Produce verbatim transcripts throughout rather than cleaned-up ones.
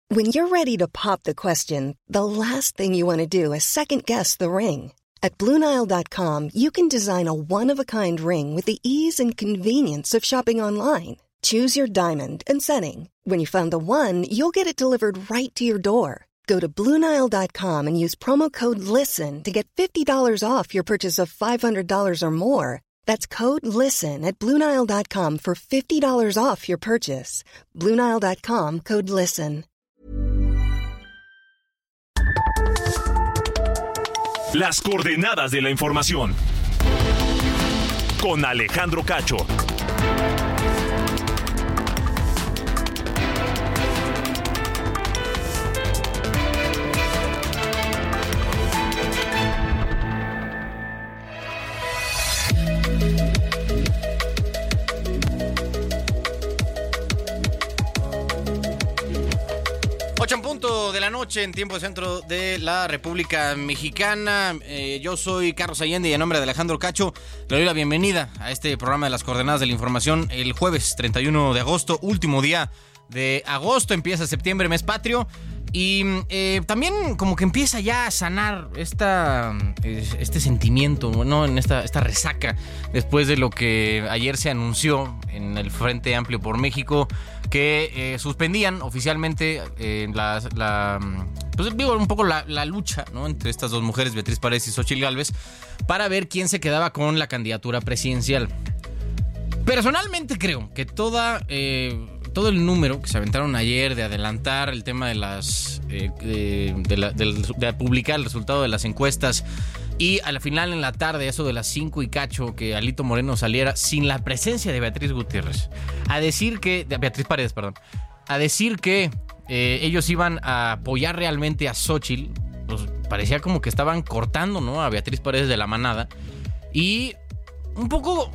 When you're ready to pop the question, the last thing you want to do is second-guess the ring. At Blue Nile dot com, you can design a one-of-a-kind ring with the ease and convenience of shopping online. Choose your diamond and setting. When you find the one, you'll get it delivered right to your door. Go to Blue Nile dot com and use promo code LISTEN to get fifty dollars off your purchase of five hundred dollars or more. That's code LISTEN at Blue Nile dot com for fifty dollars off your purchase. Blue Nile dot com, code LISTEN. Las coordenadas de la información. Con Alejandro Cacho. ocho en punto de la noche en tiempo centro de la República Mexicana. Eh, yo soy Carlos Allende y en nombre de Alejandro Cacho le doy la bienvenida a este programa de las coordenadas de la información el jueves treinta y uno de agosto, último día de agosto, empieza septiembre, mes patrio. Y eh, también como que empieza ya a sanar esta, este sentimiento, ¿no? En esta, esta resaca después de lo que ayer se anunció en el Frente Amplio por México, que eh, suspendían oficialmente eh, la, la, pues, digo, un poco la, la lucha, ¿no? Entre estas dos mujeres, Beatriz Paredes y Xóchitl Gálvez, para ver quién se quedaba con la candidatura presidencial. Personalmente creo que toda... Eh, todo el número que se aventaron ayer de adelantar el tema de las eh, de, de, la, de, de publicar el resultado de las encuestas y al final en la tarde, eso de las cinco y cacho, que Alito Moreno saliera sin la presencia de Beatriz Gutiérrez a decir que, de Beatriz Paredes, perdón, a decir que eh, ellos iban a apoyar realmente a Xóchitl, pues parecía como que estaban cortando, ¿no?, a Beatriz Paredes de la manada. Y un poco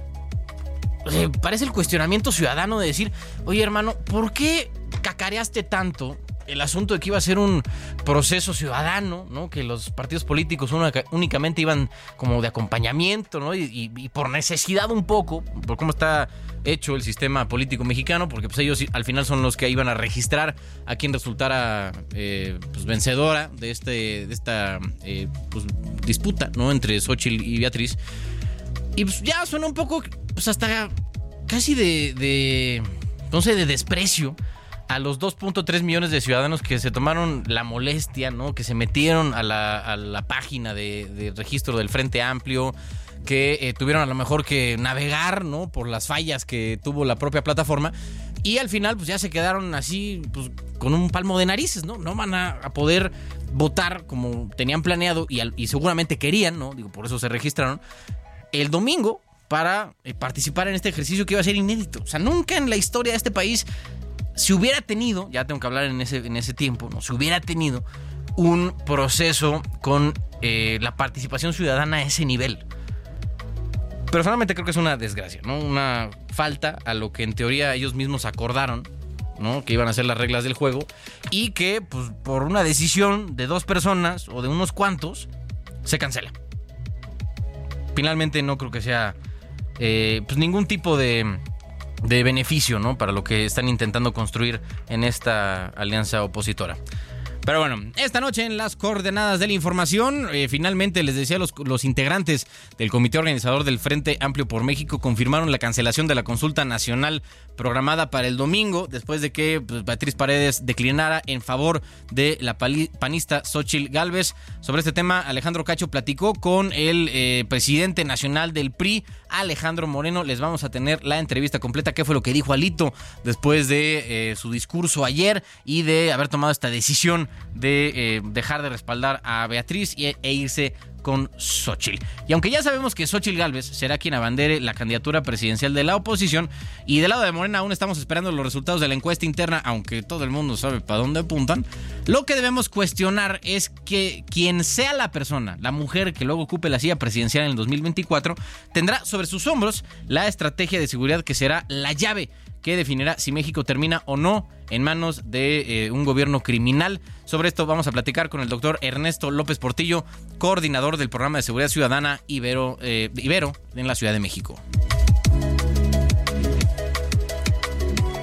Eh, parece el cuestionamiento ciudadano de decir, oye hermano, ¿por qué cacareaste tanto el asunto de que iba a ser un proceso ciudadano, ¿no? Que los partidos políticos únicamente iban como de acompañamiento, ¿no? Y, y, y por necesidad un poco, por cómo está hecho el sistema político mexicano, porque pues ellos al final son los que iban a registrar a quien resultara eh, pues, vencedora de, este, de esta eh, pues, disputa, ¿no?, entre Xóchitl y Beatriz. Y pues ya suena un poco, pues hasta casi de, de, no sé, de desprecio a los dos punto tres millones de ciudadanos que se tomaron la molestia, ¿no?, que se metieron a la, a la página de, de registro del Frente Amplio, que eh, tuvieron a lo mejor que navegar, ¿no?, por las fallas que tuvo la propia plataforma, y al final pues ya se quedaron así, pues con un palmo de narices, ¿no? No van a, a poder votar como tenían planeado y, al, y seguramente querían, ¿no? Digo, por eso se registraron el domingo para eh, participar en este ejercicio que iba a ser inédito. O sea, nunca en la historia de este país se hubiera tenido, ya tengo que hablar en ese, en ese tiempo, ¿no?, se hubiera tenido un proceso con eh, la participación ciudadana a ese nivel. Personalmente creo que es una desgracia, ¿no? Una falta a lo que en teoría ellos mismos acordaron, ¿no?, que iban a ser las reglas del juego, y que pues por una decisión de dos personas o de unos cuantos se cancela. Finalmente no creo que sea eh, pues ningún tipo de, de beneficio, ¿no?, para lo que están intentando construir en esta alianza opositora. Pero bueno, esta noche en las coordenadas de la información, eh, finalmente les decía, los, los integrantes del comité organizador del Frente Amplio por México confirmaron la cancelación de la consulta nacional programada para el domingo, después de que pues, Beatriz Paredes declinara en favor de la pali, panista Xóchitl Gálvez. Sobre este tema, Alejandro Cacho platicó con el eh, presidente nacional del P R I, Alejandro Moreno. Les vamos a tener la entrevista completa, qué fue lo que dijo Alito después de eh, su discurso ayer y de haber tomado esta decisión de eh, dejar de respaldar a Beatriz y, e irse con Xóchitl. Y aunque ya sabemos que Xóchitl Gálvez será quien abandere la candidatura presidencial de la oposición, y del lado de Morena aún estamos esperando los resultados de la encuesta interna, aunque todo el mundo sabe para dónde apuntan, lo que debemos cuestionar es que quien sea la persona, la mujer que luego ocupe la silla presidencial en el dos mil veinticuatro, tendrá sobre sus hombros la estrategia de seguridad que será la llave que definirá si México termina o no en manos de eh, un gobierno criminal. Sobre esto vamos a platicar con el doctor Ernesto López Portillo, coordinador del programa de seguridad ciudadana Ibero, eh, Ibero en la Ciudad de México.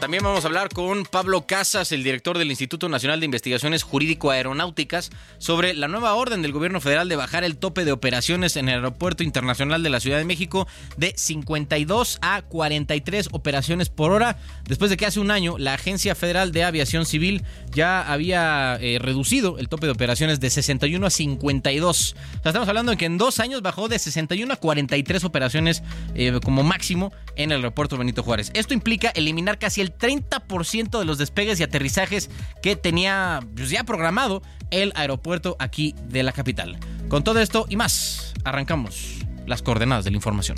También vamos a hablar con Pablo Casas, el director del Instituto Nacional de Investigaciones Jurídico-Aeronáuticas, sobre la nueva orden del gobierno federal de bajar el tope de operaciones en el Aeropuerto Internacional de la Ciudad de México de cincuenta y dos a cuarenta y tres operaciones por hora, después de que hace un año la Agencia Federal de Aviación Civil ya había eh, reducido el tope de operaciones de sesenta y uno a cincuenta y dos. O sea, estamos hablando de que en dos años bajó de sesenta y uno a cuarenta y tres operaciones eh, como máximo en el Aeropuerto Benito Juárez. Esto implica eliminar casi el treinta por ciento de los despegues y aterrizajes que tenía pues, ya programado el aeropuerto aquí de la capital. Con todo esto y más, arrancamos las coordenadas de la información.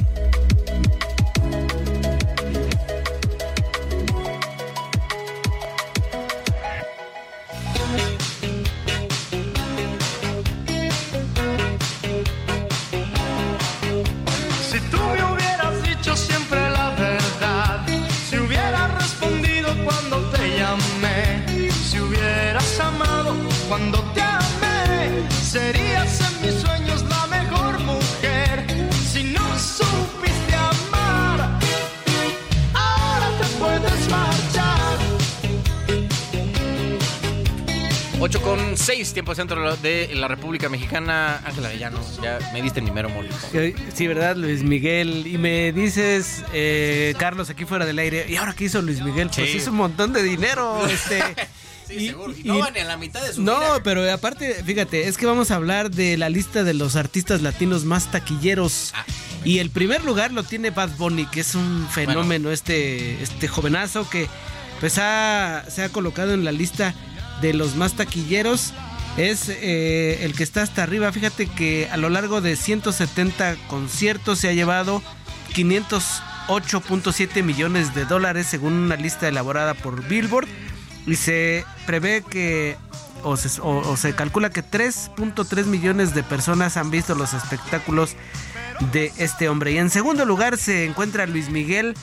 Si tú me hubieras dicho siempre la verdad, si hubieras respondido cuando te llamé, si hubieras amado cuando te amé, serías en mis sueños la mejor mujer. Si no supiste amar, ahora te puedes marchar. ocho con seis, tiempo centro de la República Mexicana. Ángela Arellano, ya me diste mi mero mole. Sí, ¿verdad, Luis Miguel? Y me dices, eh, Carlos, aquí fuera del aire, ¿y ahora qué hizo Luis Miguel? Pues Sí. hizo un montón de dinero. Este, Sí, y- seguro. Y y- no van ni a la mitad de su No, vida. pero aparte, fíjate, es que vamos a hablar de la lista de los artistas latinos más taquilleros. Ah. Y el primer lugar lo tiene Bad Bunny, que es un fenómeno, este, este jovenazo que pues ha, se ha colocado en la lista de los más taquilleros. Es eh, el que está hasta arriba. Fíjate que a lo largo de ciento setenta conciertos se ha llevado quinientos ocho punto siete millones de dólares según una lista elaborada por Billboard. Y se prevé que, o se, o, o se calcula que tres punto tres millones de personas han visto los espectáculos de este hombre. Y en segundo lugar se encuentra Luis Miguel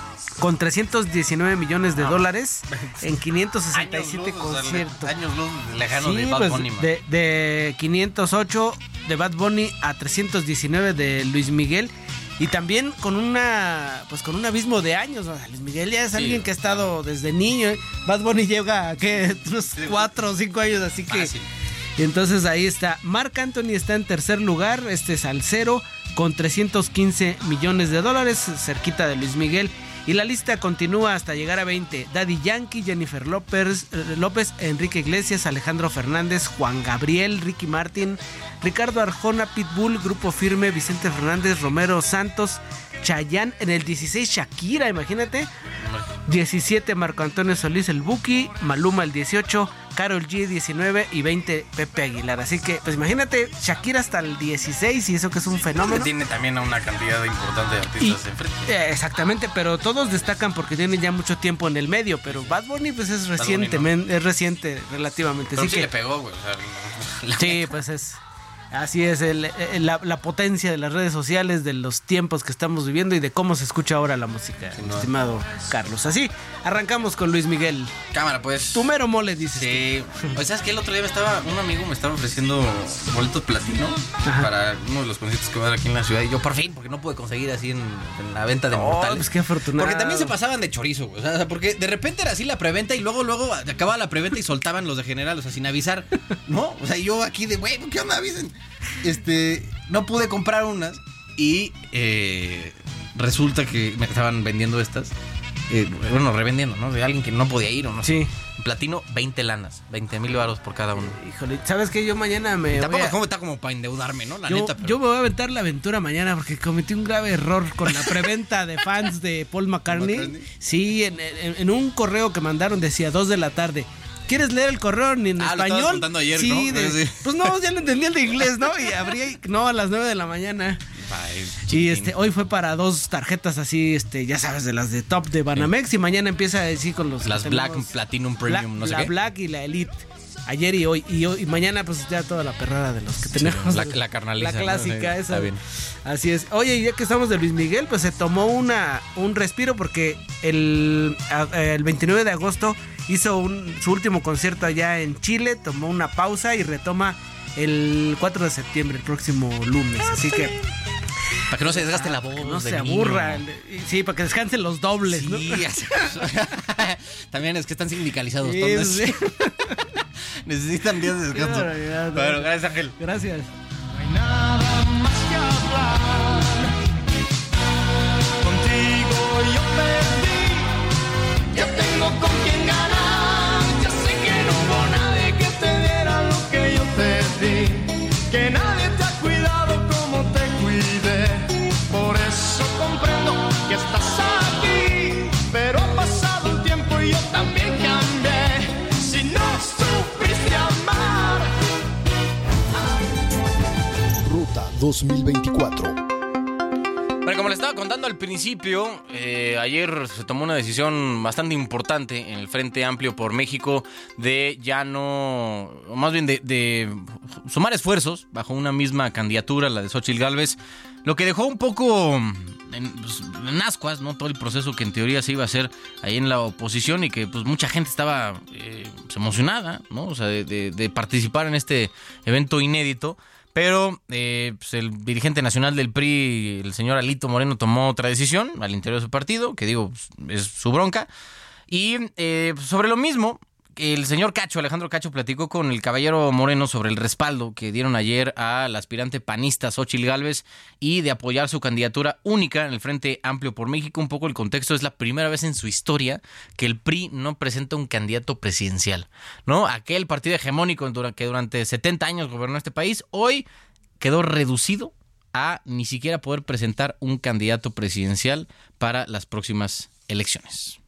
con trescientos diecinueve millones de dólares en quinientos sesenta y siete Años luz, o sea, conciertos. Años luz lejanos Sí, de Bad pues, Bunny, man. de, de quinientos ocho de Bad Bunny a trescientos diecinueve de Luis Miguel. Y también con una pues con un abismo de años. O sea, Luis Miguel ya es Sí, alguien que ha estado desde niño. ¿eh? Bad Bunny llega a ¿qué? unos cuatro o cinco años, así que Fácil. y entonces ahí está. Marc Anthony está en tercer lugar, este salsero, con trescientos quince millones de dólares, cerquita de Luis Miguel. Y la lista continúa hasta llegar a veinte. Daddy Yankee, Jennifer López, eh, López, Enrique Iglesias, Alejandro Fernández, Juan Gabriel, Ricky Martin, Ricardo Arjona, Pitbull, Grupo Firme, Vicente Fernández, Romero Santos, Chayanne. En el dieciséis, Shakira, imagínate. diecisiete, Marco Antonio Solís, el Buki. Maluma, el dieciocho. Karol G, diecinueve. Y veinte, Pepe Aguilar. Así que, pues imagínate, Shakira hasta el dieciséis. Y eso que es un fenómeno. Tiene también a una cantidad importante de Y- artistas enfrente. eh, exactamente, pero todos destacan porque tienen ya mucho tiempo en el medio. Pero Bad Bunny, pues es Bunny, recientemente, es reciente relativamente. Pero Así sí que, le pegó, güey. O sea, la- sí, pues es. Así es, el- el- la, la potencia de las redes sociales, de los tiempos que estamos viviendo y de cómo se escucha ahora la música, no. estimado Carlos. Así, arrancamos con Luis Miguel. Cámara, pues. Tu mero mole, dices. Sí. O sea, es que el otro día me estaba, un amigo me estaba ofreciendo boletos platino Ajá. para uno de los conciertos que va a dar aquí en la ciudad. Y yo, por fin, porque no pude conseguir así en, en la venta de Oh, mortales. pues qué afortunado. Porque también se pasaban de chorizo, güey. O sea, porque de repente era así la preventa y luego, luego acababa la preventa y soltaban los de general, o sea, sin avisar, ¿no? O sea, yo aquí de, güey, ¿qué onda? Avisen. Este, no pude comprar unas y eh, resulta que me estaban vendiendo estas. Eh, bueno, revendiendo, ¿no? De alguien que no podía ir o no sé. Sí. Platino, veinte lanas, veinte mil varos por cada uno. Híjole, ¿sabes qué? Yo mañana me. Tampoco voy a- es como está como para endeudarme, ¿no? La yo, neta, pero... yo me voy a aventar la aventura mañana porque cometí un grave error con la preventa de fans de Paul McCartney. McCartney. Sí, en, en- en un correo que mandaron decía dos de la tarde. ¿Quieres leer el correo en Ah, lo estabas español? contando ayer, sí, ¿no? de- Sí. pues no, ya lo entendí el de inglés, ¿no? Y abrí, no, a las nueve de la mañana. Ay, Y chiquitín. este, hoy fue para dos tarjetas así, este, ya sabes, de las de top de Banamex. Y mañana empieza así con los. Las que Black, tenemos. Platinum, Premium, la, no sé la qué. Black y la Elite. Ayer y hoy, y hoy y mañana pues ya toda la perrada de los que tenemos. la- la carnaliza, La ¿no? clásica Sí, esa. está bien. Así es. Oye, y ya que estamos de Luis Miguel, pues se tomó una un respiro porque el, a- el veintinueve de agosto hizo un, su último concierto allá en Chile, tomó una pausa y retoma el cuatro de septiembre, el próximo lunes. Así que Para que no se desgaste la voz. No se niño. aburran. Sí, para que descansen los dobles, Sí, ¿no? También es que están sindicalizados. Sí, todos. sí. Necesitan días de descanso. Qué barbaridad. Bueno, gracias, Ángel. Gracias. No hay nada más que hablar. Contigo yo perdí, ya tengo con quién ganar. Ya sé que no hubo nadie que te diera lo que yo te di, que nadie te ha cuidado como te cuidé. Por eso comprendo que estás aquí, pero ha pasado el tiempo y yo también cambié. Si no supiste amar. Ruta dos mil veinticuatro. Bueno, como les estaba contando al principio, eh, ayer se tomó una decisión bastante importante en el Frente Amplio por México de ya no, o más bien de, de sumar esfuerzos bajo una misma candidatura, la de Xóchitl Gálvez, lo que dejó un poco en, pues, en ascuas, ¿no? Todo el proceso que en teoría se iba a hacer ahí en la oposición y que pues mucha gente estaba eh, pues, emocionada, ¿no? O sea, de, de, de participar en este evento inédito. Pero eh, pues el dirigente nacional del P R I, el señor Alito Moreno, tomó otra decisión al interior de su partido, que digo, pues, es su bronca. Y eh, sobre lo mismo, el señor Cacho, Alejandro Cacho, platicó con el caballero Moreno sobre el respaldo que dieron ayer a la aspirante panista Xóchitl Gálvez y de apoyar su candidatura única en el Frente Amplio por México. Un poco el contexto, es la primera vez en su historia que el P R I no presenta un candidato presidencial, ¿no? Aquel partido hegemónico que durante setenta años gobernó este país, hoy quedó reducido a ni siquiera poder presentar un candidato presidencial para las próximas elecciones.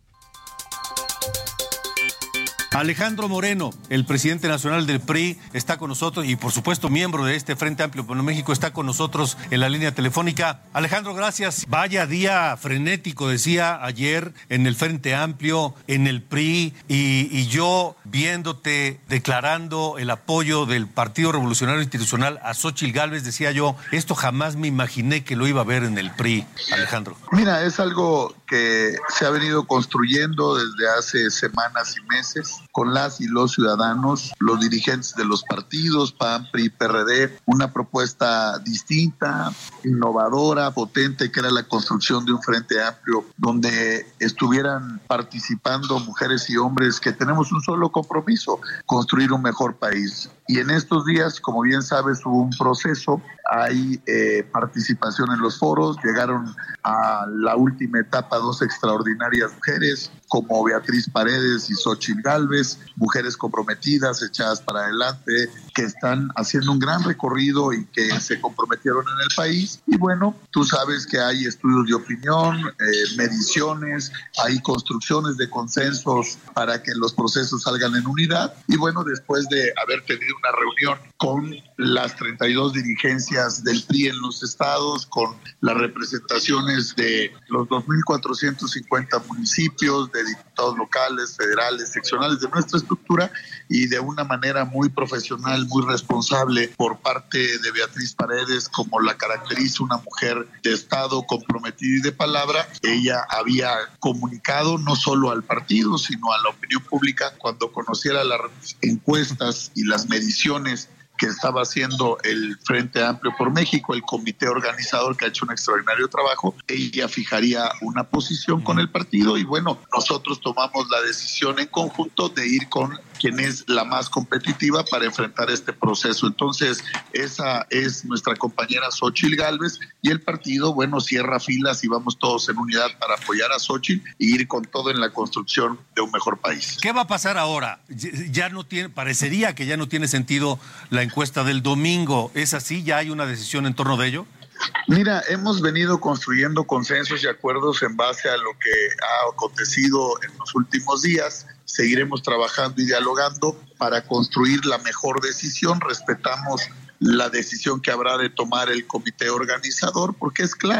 Alejandro Moreno, el presidente nacional del P R I, está con nosotros y por supuesto miembro de este Frente Amplio por México, está con nosotros en la línea telefónica. Alejandro, gracias. Vaya día frenético, decía ayer, en el Frente Amplio, en el P R I, y, y yo viéndote declarando el apoyo del Partido Revolucionario Institucional a Xóchitl Gálvez, decía yo, esto jamás me imaginé que lo iba a ver en el P R I, Alejandro. Mira, es algo que se ha venido construyendo desde hace semanas y meses con las y los ciudadanos, los dirigentes de los partidos, P A N, P R I, P R D, una propuesta distinta, innovadora, potente, que era la construcción de un frente amplio donde estuvieran participando mujeres y hombres que tenemos un solo compromiso, construir un mejor país. Y en estos días, como bien sabes, hubo un proceso, hay eh, participación en los foros, llegaron a la última etapa dos extraordinarias mujeres, como Beatriz Paredes y Xóchitl Gálvez, mujeres comprometidas, echadas para adelante, que están haciendo un gran recorrido y que se comprometieron en el país. Y bueno, tú sabes que hay estudios de opinión, eh, mediciones, hay construcciones de consensos para que los procesos salgan en unidad. Y bueno, después de haber tenido una reunión con las treinta y dos dirigencias del P R I en los estados, con las representaciones de los dos mil cuatrocientos cincuenta municipios, de diputados locales, federales, seccionales de nuestra estructura, y de una manera muy profesional, muy responsable por parte de Beatriz Paredes, como la caracteriza una mujer de Estado comprometida y de palabra. Ella había comunicado no solo al partido, sino a la opinión pública cuando conociera las encuestas y las mediciones que estaba haciendo el Frente Amplio por México, el comité organizador que ha hecho un extraordinario trabajo. Ella fijaría una posición con el partido y bueno, nosotros tomamos la decisión en conjunto de ir con quien es la más competitiva para enfrentar este proceso. Entonces, esa es nuestra compañera Xóchitl Gálvez y el partido, bueno, cierra filas y vamos todos en unidad para apoyar a Xóchitl y ir con todo en la construcción de un mejor país. ¿Qué va a pasar ahora? Ya no tiene, parecería que ya no tiene sentido la encuesta del domingo. ¿Es así? ¿Ya hay una decisión en torno de ello? Mira, hemos venido construyendo consensos y acuerdos en base a lo que ha acontecido en los últimos días. Seguiremos trabajando y dialogando para construir la mejor decisión. Respetamos la decisión que habrá de tomar el comité organizador, porque es claro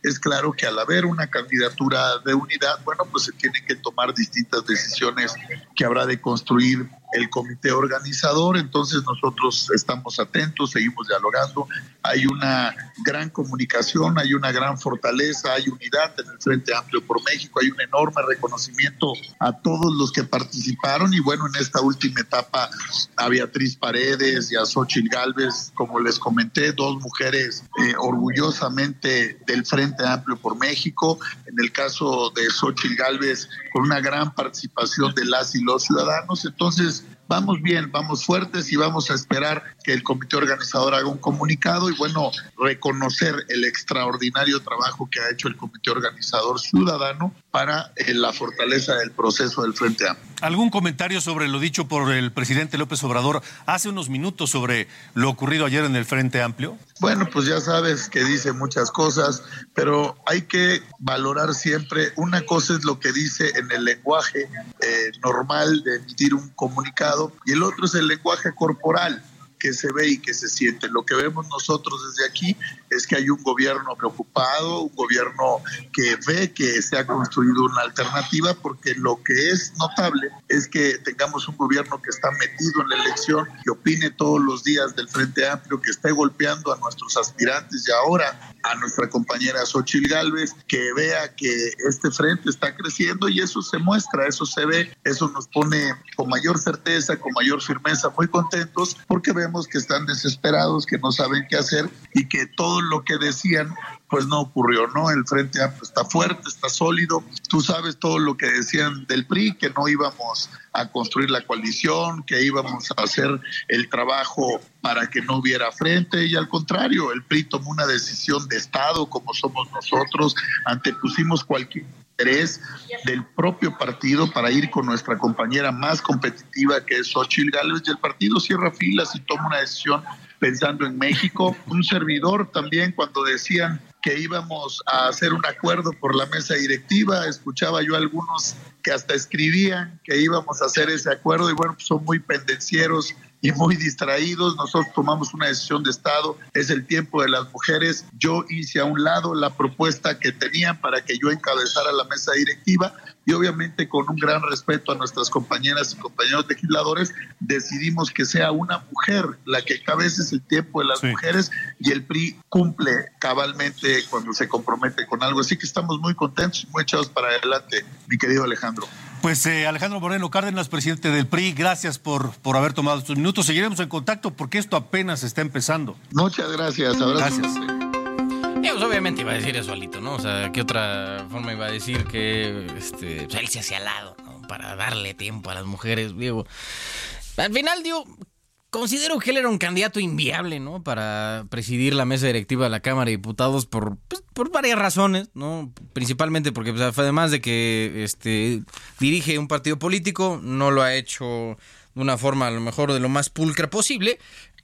es claro que al haber una candidatura de unidad, bueno, pues se tienen que tomar distintas decisiones que habrá de construir el comité organizador. Entonces nosotros estamos atentos, seguimos dialogando, hay una gran comunicación, hay una gran fortaleza, hay unidad en el Frente Amplio por México, hay un enorme reconocimiento a todos los que participaron y bueno, en esta última etapa a Beatriz Paredes y a Xóchitl Gálvez, como les comenté, dos mujeres eh, orgullosamente del Frente Amplio por México, en el caso de Xóchitl Gálvez con una gran participación de las y los ciudadanos. Entonces vamos bien, vamos fuertes y vamos a esperar que el comité organizador haga un comunicado y bueno, reconocer el extraordinario trabajo que ha hecho el comité organizador ciudadano para eh, la fortaleza del proceso del Frente Amplio. ¿Algún comentario sobre lo dicho por el presidente López Obrador hace unos minutos sobre lo ocurrido ayer en el Frente Amplio? Bueno, pues ya sabes que dice muchas cosas, pero hay que valorar siempre, una cosa es lo que dice en el lenguaje eh, normal de emitir un comunicado y el otro es el lenguaje corporal que se ve y que se siente. Lo que vemos nosotros desde aquí es que hay un gobierno preocupado, un gobierno que ve que se ha construido una alternativa, porque lo que es notable es que tengamos un gobierno que está metido en la elección, que opine todos los días del Frente Amplio, que esté golpeando a nuestros aspirantes y ahora a nuestra compañera Xóchitl Gálvez, que vea que este frente está creciendo y eso se muestra, eso se ve, eso nos pone con mayor certeza, con mayor firmeza, muy contentos, porque vemos que están desesperados, que no saben qué hacer y que todo lo que decían pues no ocurrió, ¿no? El Frente Amplio está fuerte, está sólido. Tú sabes todo lo que decían del P R I, que no íbamos a construir la coalición, que íbamos a hacer el trabajo para que no hubiera frente, y al contrario, el P R I tomó una decisión de Estado, como somos nosotros, antepusimos cualquier interés del propio partido para ir con nuestra compañera más competitiva, que es Xóchitl Gálvez, y el partido cierra filas y toma una decisión pensando en México. Un servidor también, cuando decían que íbamos a hacer un acuerdo por la mesa directiva, escuchaba yo a algunos que hasta escribían que íbamos a hacer ese acuerdo y bueno, pues son muy pendencieros y muy distraídos. Nosotros tomamos una decisión de Estado, es el tiempo de las mujeres. Yo hice a un lado la propuesta que tenían para que yo encabezara la mesa directiva y obviamente con un gran respeto a nuestras compañeras y compañeros legisladores decidimos que sea una mujer la que encabece, el tiempo de las sí. mujeres, y el P R I cumple cabalmente cuando se compromete con algo, así que estamos muy contentos y muy echados para adelante, mi querido Alejandro. Pues eh, Alejandro Moreno Cárdenas, presidente del P R I, gracias por, por haber tomado estos minutos. Seguiremos en contacto porque esto apenas está empezando. Muchas gracias. Abrazos. Gracias. Eh, pues obviamente iba a decir eso Alito, ¿no? O sea, ¿qué otra forma iba a decir que este, pues él se hacía al lado, ¿no? Para darle tiempo a las mujeres, digo. Al final, digo, considero que él era un candidato inviable, ¿no? Para presidir la mesa directiva de la Cámara de Diputados por, pues, por varias razones, ¿no? Principalmente porque, pues, además de que este, dirige un partido político, no lo ha hecho de una forma a lo mejor de lo más pulcra posible.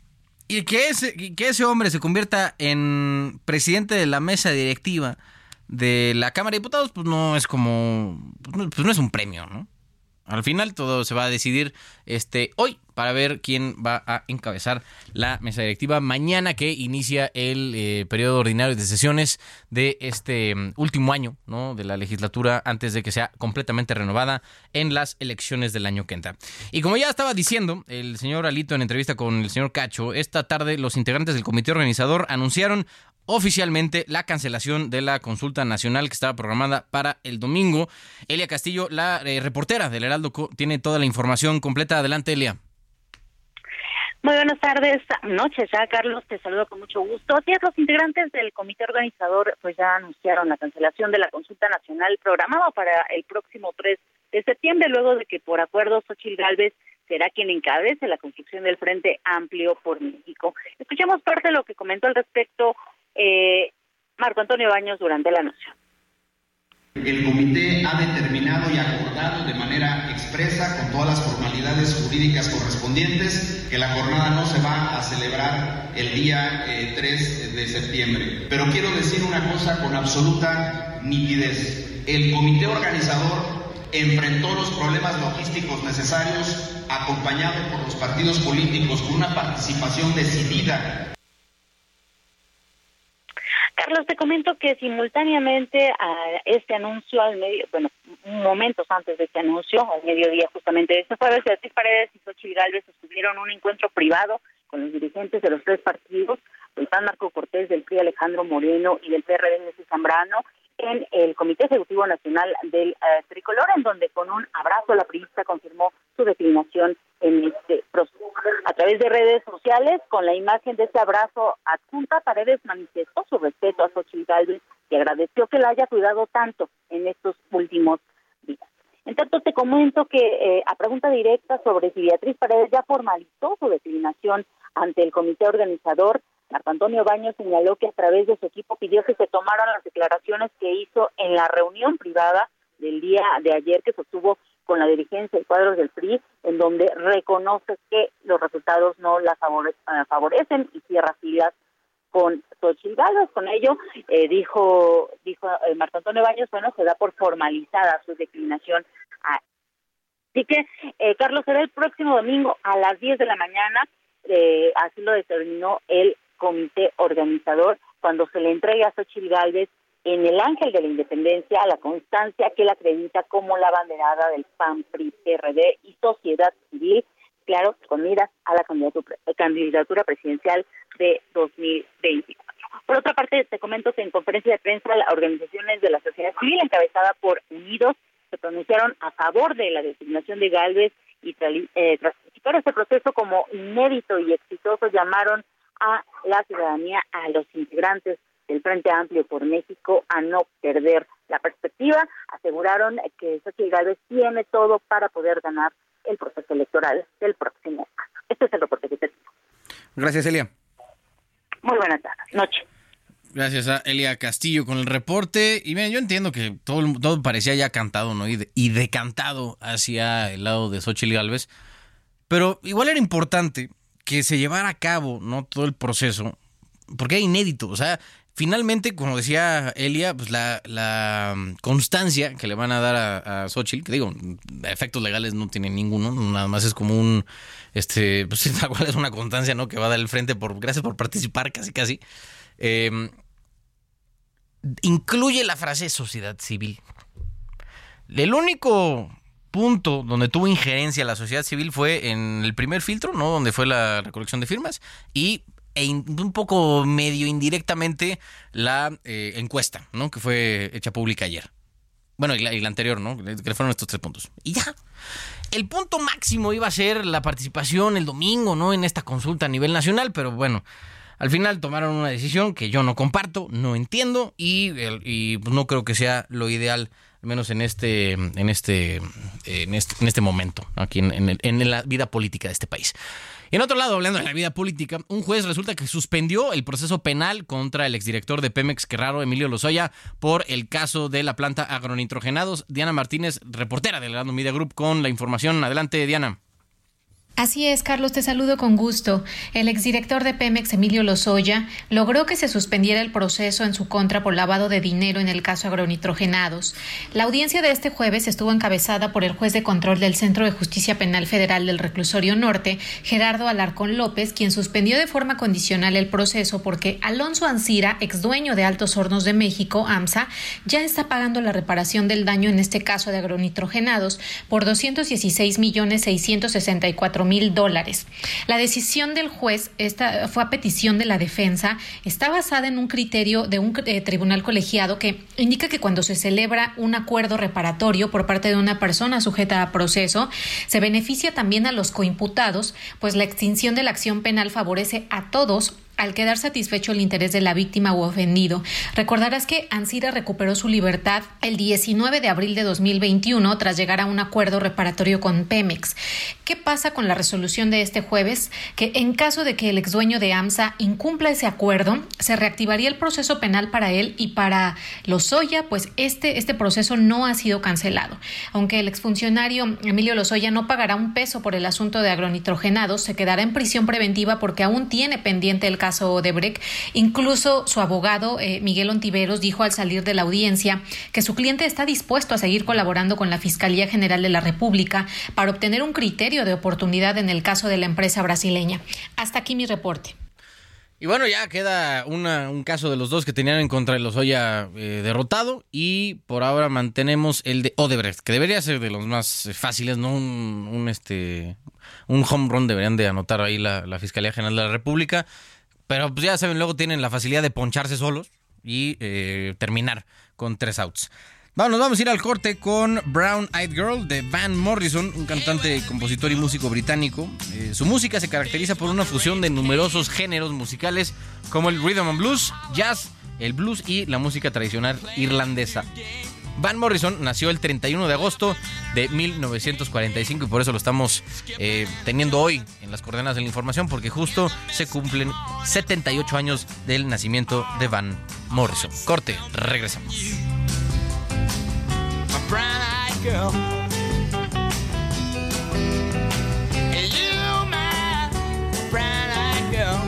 Y que ese, que ese hombre se convierta en presidente de la mesa directiva de la Cámara de Diputados, pues no es como, pues no es un premio, ¿no? Al final todo se va a decidir este hoy para ver quién va a encabezar la mesa directiva mañana, que inicia el eh, periodo ordinario de sesiones de este um, último año, ¿no? De la legislatura, antes de que sea completamente renovada en las elecciones del año que entra. Y como ya estaba diciendo el señor Alito en entrevista con el señor Cacho, esta tarde los integrantes del comité organizador anunciaron oficialmente la cancelación de la consulta nacional que estaba programada para el domingo. Elia Castillo, la eh, reportera del Heraldo, tiene toda la información completa. Adelante, Elia. Muy buenas tardes, noches ya, Carlos, te saludo con mucho gusto. Así es, los integrantes del comité organizador pues ya anunciaron la cancelación de la consulta nacional programada para el próximo tres de septiembre, luego de que por acuerdo Xóchitl Gálvez será quien encabece la construcción del Frente Amplio por México. Escuchemos parte de lo que comentó al respecto eh, Marco Antonio Baños durante la anuncio. El comité ha determinado y acordado de manera expresa, con todas las formalidades jurídicas correspondientes, que la jornada no se va a celebrar el día eh, tres de septiembre. Pero quiero decir una cosa con absoluta nitidez. El comité organizador enfrentó los problemas logísticos necesarios, acompañado por los partidos políticos, con una participación decidida. Carlos, te comento que simultáneamente a este anuncio, al medio, bueno, momentos antes de este anuncio, al mediodía justamente de este jueves, Beatriz Paredes y Xochitl Gálvez sostuvieron un encuentro privado con los dirigentes de los tres partidos, el P A N Marco Cortés, del P R I Alejandro Moreno y del P R D Jesús Zambrano, en el Comité Ejecutivo Nacional del uh, Tricolor, en donde con un abrazo la priista confirmó su declinación en este proceso. A través de redes sociales, con la imagen de este abrazo adjunta, Paredes manifestó su respeto a Xochitl Gálvez y agradeció que la haya cuidado tanto en estos últimos días. En tanto, te comento que eh, a pregunta directa sobre si Beatriz Paredes ya formalizó su declinación ante el comité organizador, Marco Antonio Baños señaló que a través de su equipo pidió que se tomaran las declaraciones que hizo en la reunión privada del día de ayer que sostuvo con la dirigencia y cuadros del P R I, en donde reconoce que los resultados no la favore- favorecen y cierra filas con Xochitl Gálvez. Con ello, eh, dijo dijo eh, Marco Antonio Baños, bueno, se da por formalizada su declinación. A... Así que, eh, Carlos, será el próximo domingo a las diez de la mañana, eh, así lo determinó el comité organizador, cuando se le entregue a Xochitl Gálvez en el Ángel de la Independencia la constancia que él acredita como la banderada del P A N, P R I, P R D y Sociedad Civil, claro, con miras a la candidatura, candidatura presidencial de dos mil veinticuatro. Por otra parte, te comento que en conferencia de prensa, las organizaciones de la sociedad civil, encabezada por Unidos, se pronunciaron a favor de la designación de Gálvez y eh, tras calificar este proceso como inédito y exitoso, llamaron a la ciudadanía, a los integrantes del Frente Amplio por México, a no perder la perspectiva. Aseguraron que Xochitl Gálvez tiene todo para poder ganar el proceso electoral del próximo año. Este es el reporte que te tengo. Gracias, Elia. Muy buenas tardes. Noche. Gracias a Elia Castillo con el reporte. Y miren, yo entiendo que todo, todo parecía ya cantado, ¿no? Y, de, y decantado hacia el lado de Xochitl Gálvez. Pero igual era importante que se llevara a cabo, ¿no?, todo el proceso, porque era inédito. O sea, finalmente, como decía Elia, pues la, la constancia que le van a dar a, a Xochitl, que digo, efectos legales no tiene ninguno, nada más es como un, este, pues tal cual es una constancia, ¿no?, que va a dar el frente por, gracias por participar, casi casi. Eh, incluye la frase sociedad civil. El único punto donde tuvo injerencia la sociedad civil fue en el primer filtro, ¿no?, donde fue la recolección de firmas, y e in, un poco medio indirectamente la eh, encuesta, ¿no?, que fue hecha pública ayer. Bueno, y la, y la anterior, ¿no?, que fueron estos tres puntos. Y ya. El punto máximo iba a ser la participación el domingo, ¿no?, en esta consulta a nivel nacional, pero bueno, al final tomaron una decisión que yo no comparto, no entiendo y, y no creo que sea lo ideal, al menos en este en este en este, en este momento, aquí en, en, el, en la vida política de este país. Y en otro lado, hablando de la vida política, un juez resulta que suspendió el proceso penal contra el exdirector de Pemex, Querraro Emilio Lozoya, por el caso de la planta agronitrogenados. Diana Martínez, reportera del Heraldo Media Group, con la información. Adelante, Diana. Así es, Carlos, te saludo con gusto. El exdirector de Pemex, Emilio Lozoya, logró que se suspendiera el proceso en su contra por lavado de dinero en el caso agronitrogenados. La audiencia de este jueves estuvo encabezada por el juez de control del Centro de Justicia Penal Federal del Reclusorio Norte, Gerardo Alarcón López, quien suspendió de forma condicional el proceso porque Alonso Ancira, exdueño de Altos Hornos de México, AMSA, ya está pagando la reparación del daño en este caso de agronitrogenados por doscientos dieciséis millones seiscientos sesenta y cuatro mil dólares. La decisión del juez, esta fue a petición de la defensa, está basada en un criterio de un eh, tribunal colegiado que indica que cuando se celebra un acuerdo reparatorio por parte de una persona sujeta a proceso, se beneficia también a los coimputados, pues la extinción de la acción penal favorece a todos al quedar satisfecho el interés de la víctima u ofendido. Recordarás que Ancira recuperó su libertad el diecinueve de abril de dos mil veintiuno tras llegar a un acuerdo reparatorio con Pemex. ¿Qué pasa con la resolución de este jueves? Que en caso de que el exdueño de AMSA incumpla ese acuerdo, se reactivaría el proceso penal para él y para Lozoya, pues este, este proceso no ha sido cancelado. Aunque el exfuncionario Emilio Lozoya no pagará un peso por el asunto de agronitrogenados, se quedará en prisión preventiva porque aún tiene pendiente el caso caso Odebrecht. Incluso su abogado, eh, Miguel Ontiveros, dijo al salir de la audiencia que su cliente está dispuesto a seguir colaborando con la Fiscalía General de la República para obtener un criterio de oportunidad en el caso de la empresa brasileña. Hasta aquí mi reporte. Y bueno, ya queda una, un caso de los dos que tenían en contra de Lozoya eh, derrotado, y por ahora mantenemos el de Odebrecht, que debería ser de los más fáciles, ¿no? Un, un, este, un home run deberían de anotar ahí la, la Fiscalía General de la República, pero pues ya saben, luego tienen la facilidad de poncharse solos y eh, terminar con tres outs. Vamos, vamos a ir al corte con Brown Eyed Girl de Van Morrison, un cantante, compositor y músico británico. Eh, su música se caracteriza por una fusión de numerosos géneros musicales como el rhythm and blues, jazz, el blues y la música tradicional irlandesa. Van Morrison nació el treinta y uno de agosto de mil novecientos cuarenta y cinco y por eso lo estamos eh, teniendo hoy en las coordenadas de la información, porque justo se cumplen setenta y ocho años del nacimiento de Van Morrison. Corte, regresamos. Brown-eyed girl, and you, my brown-eyed girl,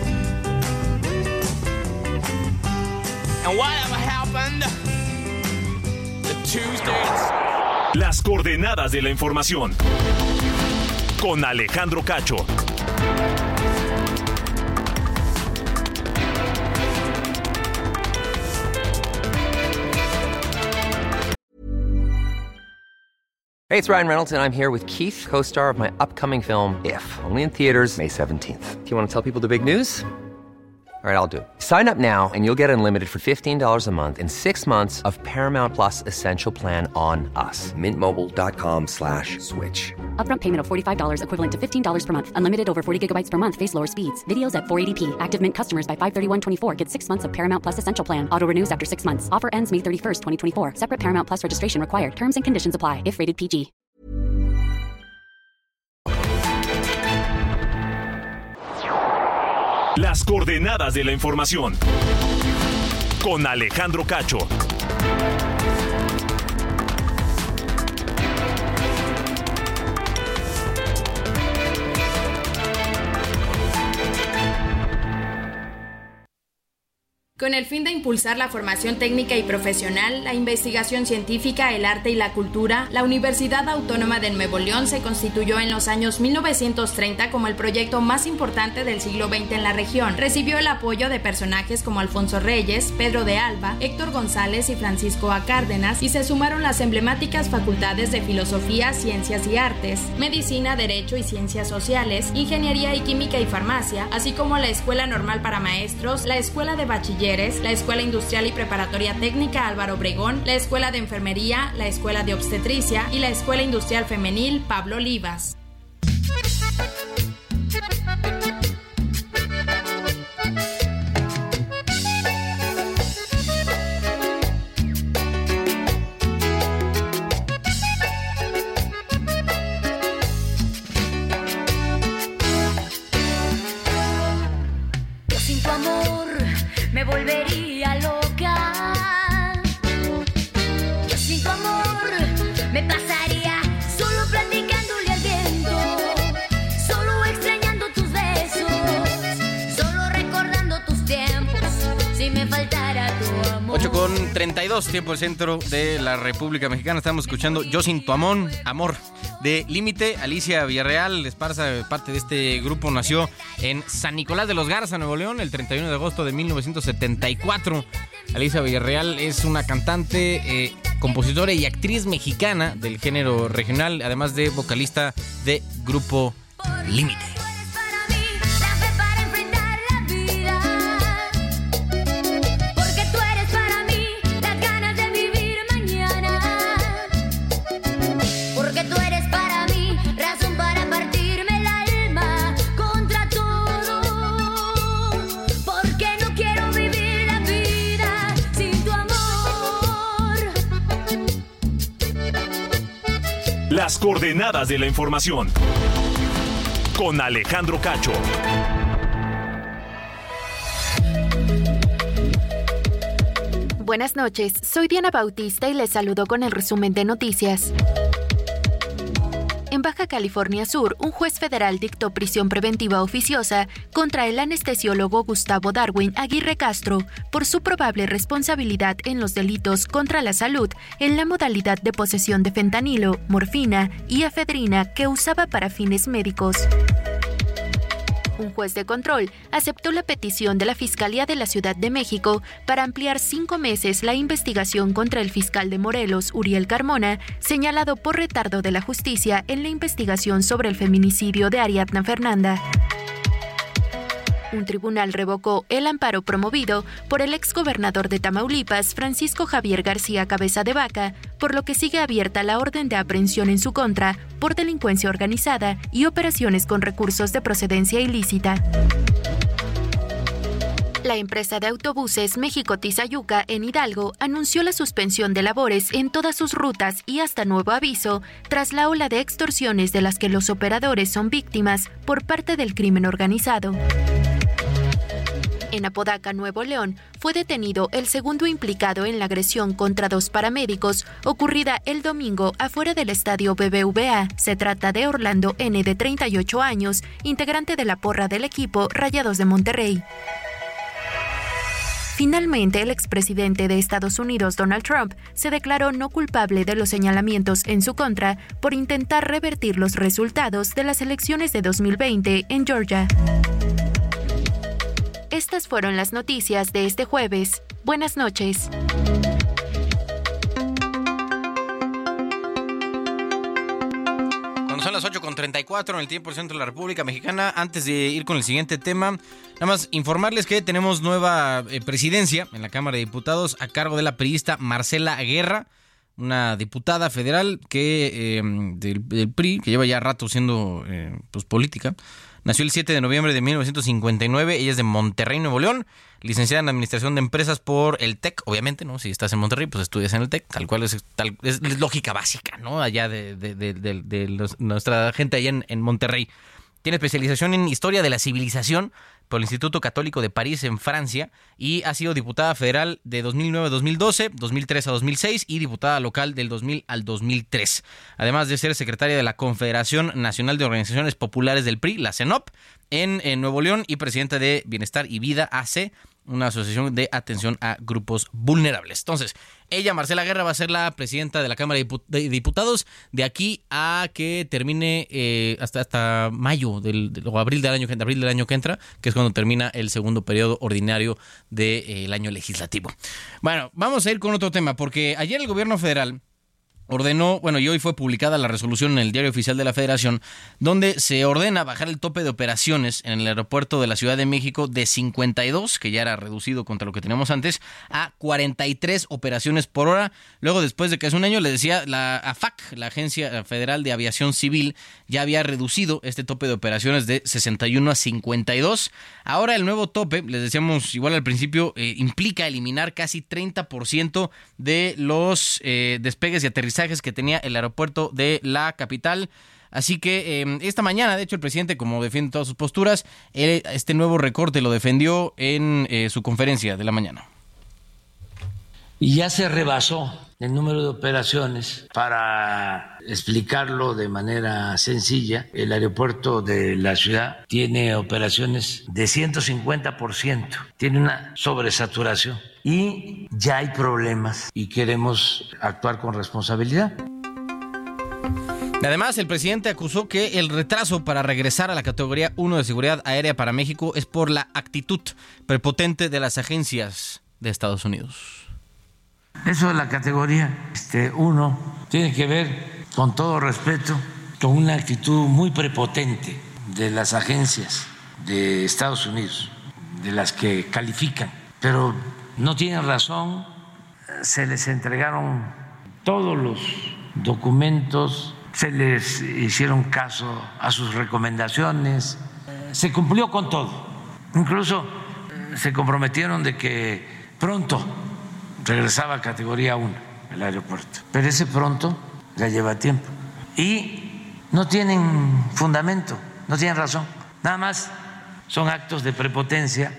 and whatever happened the Tuesdays. Las coordenadas de la información con Alejandro Cacho. Hey, it's Ryan Reynolds, and I'm here with Keith, co-star of my upcoming film, If, only in theaters May seventeenth. Do you want to tell people the big news? All right, I'll do it. Sign up now and you'll get unlimited for fifteen dollars a month and six months of Paramount Plus Essential Plan on us. Mint Mobile dot com slash switch. Upfront payment of forty-five dollars equivalent to fifteen dollars per month. Unlimited over forty gigabytes per month. Face lower speeds. Videos at four eighty p. Active Mint customers by five thirty-one twenty-four get six months of Paramount Plus Essential Plan. Auto renews after six months. Offer ends May thirty-first, twenty twenty-four. Separate Paramount Plus registration required. Terms and conditions apply if rated P G. Las coordenadas de la información con Alejandro Cacho. Con el fin de impulsar la formación técnica y profesional, la investigación científica, el arte y la cultura, la Universidad Autónoma de Nuevo León se constituyó en los años mil novecientos treinta como el proyecto más importante del siglo veinte en la región. Recibió el apoyo de personajes como Alfonso Reyes, Pedro de Alba, Héctor González y Francisco A. Cárdenas, y se sumaron las emblemáticas facultades de Filosofía, Ciencias y Artes, Medicina, Derecho y Ciencias Sociales, Ingeniería y Química y Farmacia, así como la Escuela Normal para Maestros, la Escuela de Bachiller, la Escuela Industrial y Preparatoria Técnica Álvaro Obregón, la Escuela de Enfermería, la Escuela de Obstetricia y la Escuela Industrial Femenil Pablo Olivas. Yo sin tu amor me volvería loca. Yo sin tu amor me pasaría solo platicándole al viento, solo extrañando tus besos, solo recordando tus tiempos, si me faltara tu amor. ocho con treinta y dos, tiempo del centro de la República Mexicana. Estamos escuchando Yo sin tu amor, amor de Límite. Alicia Villarreal Esparza, parte de este grupo, nació en San Nicolás de los Garza, Nuevo León, el treinta y uno de agosto de mil novecientos setenta y cuatro. Alicia Villarreal es una cantante, eh, compositora y actriz mexicana del género regional, además de vocalista de grupo Límite. Las coordenadas de la información con Alejandro Cacho. Buenas noches, soy Diana Bautista y les saludo con el resumen de noticias. En Baja California Sur, un juez federal dictó prisión preventiva oficiosa contra el anestesiólogo Gustavo Darwin Aguirre Castro por su probable responsabilidad en los delitos contra la salud en la modalidad de posesión de fentanilo, morfina y efedrina que usaba para fines médicos. Un juez de control aceptó la petición de la Fiscalía de la Ciudad de México para ampliar cinco meses la investigación contra el fiscal de Morelos, Uriel Carmona, señalado por retardo de la justicia en la investigación sobre el feminicidio de Ariadna Fernanda. Un tribunal revocó el amparo promovido por el exgobernador de Tamaulipas, Francisco Javier García Cabeza de Vaca, por lo que sigue abierta la orden de aprehensión en su contra por delincuencia organizada y operaciones con recursos de procedencia ilícita. La empresa de autobuses México Tizayuca en Hidalgo anunció la suspensión de labores en todas sus rutas y hasta nuevo aviso tras la ola de extorsiones de las que los operadores son víctimas por parte del crimen organizado. En Apodaca, Nuevo León, fue detenido el segundo implicado en la agresión contra dos paramédicos ocurrida el domingo afuera del estadio B B V A. Se trata de Orlando N., de treinta y ocho años, integrante de la porra del equipo Rayados de Monterrey. Finalmente, el expresidente de Estados Unidos, Donald Trump, se declaró no culpable de los señalamientos en su contra por intentar revertir los resultados de las elecciones de dos mil veinte en Georgia. Estas fueron las noticias de este jueves. Buenas noches. Cuando son las ocho con treinta y cuatro en el tiempo del centro de la República Mexicana, antes de ir con el siguiente tema, nada más informarles que tenemos nueva eh, presidencia en la Cámara de Diputados a cargo de la priista Marcela Guerra, una diputada federal que eh, del, del P R I, que lleva ya rato siendo eh, pues, política. Nació el siete de noviembre de mil novecientos cincuenta y nueve, ella es de Monterrey, Nuevo León, licenciada en Administración de Empresas por el TEC, obviamente, ¿no? Si estás en Monterrey, pues estudias en el TEC, tal cual es, tal, es, es lógica básica, ¿no? Allá de, de, de, de, de los, nuestra gente allá en, en Monterrey. Tiene especialización en Historia de la Civilización por el Instituto Católico de París en Francia y ha sido diputada federal de dos mil nueve a dos mil doce, dos mil tres a dos mil seis y diputada local del dos mil al dos mil tres. Además de ser secretaria de la Confederación Nacional de Organizaciones Populares del P R I, la CENOP, en, en Nuevo León y presidenta de Bienestar y Vida A C, una asociación de atención a grupos vulnerables. Entonces, ella, Marcela Guerra, va a ser la presidenta de la Cámara de Diputados de aquí a que termine eh, hasta hasta mayo del, del, o abril del año que entra, abril del año que entra, que es cuando termina el segundo periodo ordinario del eh, año legislativo. Bueno, vamos a ir con otro tema, porque ayer el gobierno federal ordenó, bueno, y hoy fue publicada la resolución en el Diario Oficial de la Federación, donde se ordena bajar el tope de operaciones en el aeropuerto de la Ciudad de México de cincuenta y dos, que ya era reducido contra lo que teníamos antes, a cuarenta y tres operaciones por hora. Luego, después de que hace un año, les decía, la AFAC, la Agencia Federal de Aviación Civil, ya había reducido este tope de operaciones de sesenta y uno a cincuenta y dos. Ahora el nuevo tope, les decíamos igual al principio, eh, implica eliminar casi treinta por ciento de los eh, despegues y aterrizajes que tenía el aeropuerto de la capital. Así que eh, esta mañana, de hecho, el presidente, como defiende todas sus posturas, él, este nuevo recorte lo defendió en eh, su conferencia de la mañana. Y ya se rebasó el número de operaciones. Para explicarlo de manera sencilla, el aeropuerto de la ciudad tiene operaciones de ciento cincuenta por ciento, tiene una sobresaturación y ya hay problemas y queremos actuar con responsabilidad. Además, el presidente acusó que el retraso para regresar a la categoría uno de seguridad aérea para México es por la actitud prepotente de las agencias de Estados Unidos. Eso de la categoría este, uno tiene que ver, con todo respeto, con una actitud muy prepotente de las agencias de Estados Unidos, de las que califican. Pero no tienen razón, se les entregaron todos los documentos, se les hicieron caso a sus recomendaciones, se cumplió con todo. Incluso se comprometieron de que pronto regresaba a categoría uno el aeropuerto, pero ese pronto ya lleva tiempo y no tienen fundamento, no tienen razón, nada más son actos de prepotencia.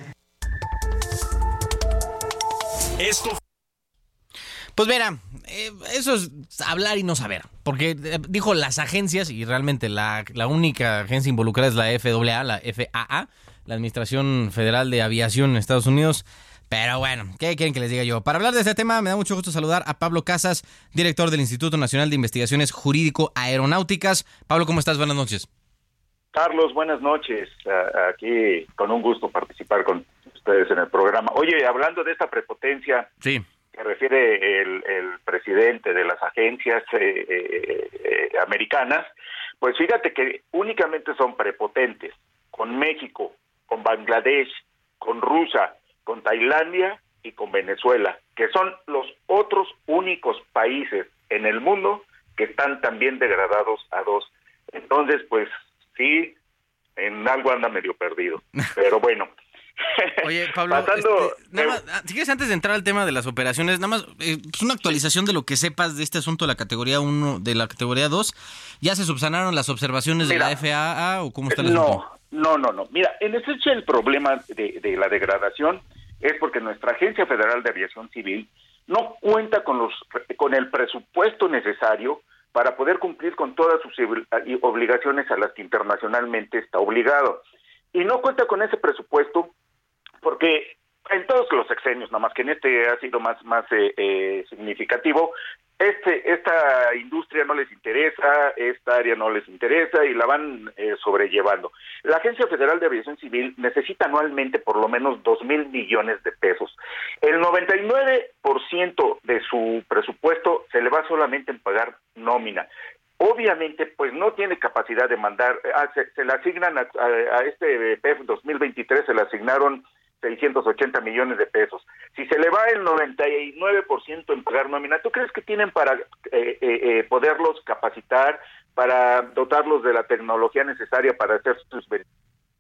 Esto. Pues mira, eh, eso es hablar y no saber, porque eh, dijo las agencias y realmente la, la única agencia involucrada es la F A A, la F A A, la Administración Federal de Aviación en Estados Unidos. Pero bueno, ¿qué quieren que les diga yo? Para hablar de este tema, me da mucho gusto saludar a Pablo Casas, director del Instituto Nacional de Investigaciones Jurídico-Aeronáuticas. Pablo, ¿cómo estás? Buenas noches. Carlos, buenas noches. Aquí con un gusto participar con ustedes en el programa. Oye, hablando de esta prepotencia sí. que refiere el, el presidente de las agencias eh, eh, eh, americanas, pues fíjate que únicamente son prepotentes con México, con Bangladesh, con Rusia, con Tailandia y con Venezuela, que son los otros únicos países en el mundo que están también degradados a dos. Entonces, pues sí, en algo anda medio perdido, pero bueno. Oye, Pablo, Pasando, este, nada más, si quieres, antes de entrar al tema de las operaciones, nada más, eh, pues una actualización de lo que sepas de este asunto de la categoría uno, de la categoría dos. ¿Ya se subsanaron las observaciones de Mira, la F A A o cómo está el no, asunto? No, no, no. Mira, en esencia el problema de, de la degradación es porque nuestra Agencia Federal de Aviación Civil no cuenta con los con el presupuesto necesario para poder cumplir con todas sus obligaciones a las que internacionalmente está obligado. Y no cuenta con ese presupuesto porque en todos los sexenios, nada más que en este ha sido más más eh, eh, significativo, este esta industria no les interesa, esta área no les interesa y la van eh, sobrellevando. La Agencia Federal de Aviación Civil necesita anualmente por lo menos dos mil millones de pesos. El noventa y nueve por ciento de su presupuesto se le va solamente en pagar nómina. Obviamente, pues no tiene capacidad de mandar, ah, se, se le asignan a, a, a este P E F dos mil veintitrés, se le asignaron seiscientos ochenta millones de pesos. Si se le va el noventa y nueve por ciento en pagar nómina, ¿tú crees que tienen para eh, eh, eh, poderlos capacitar, para dotarlos de la tecnología necesaria para hacer sus beneficios?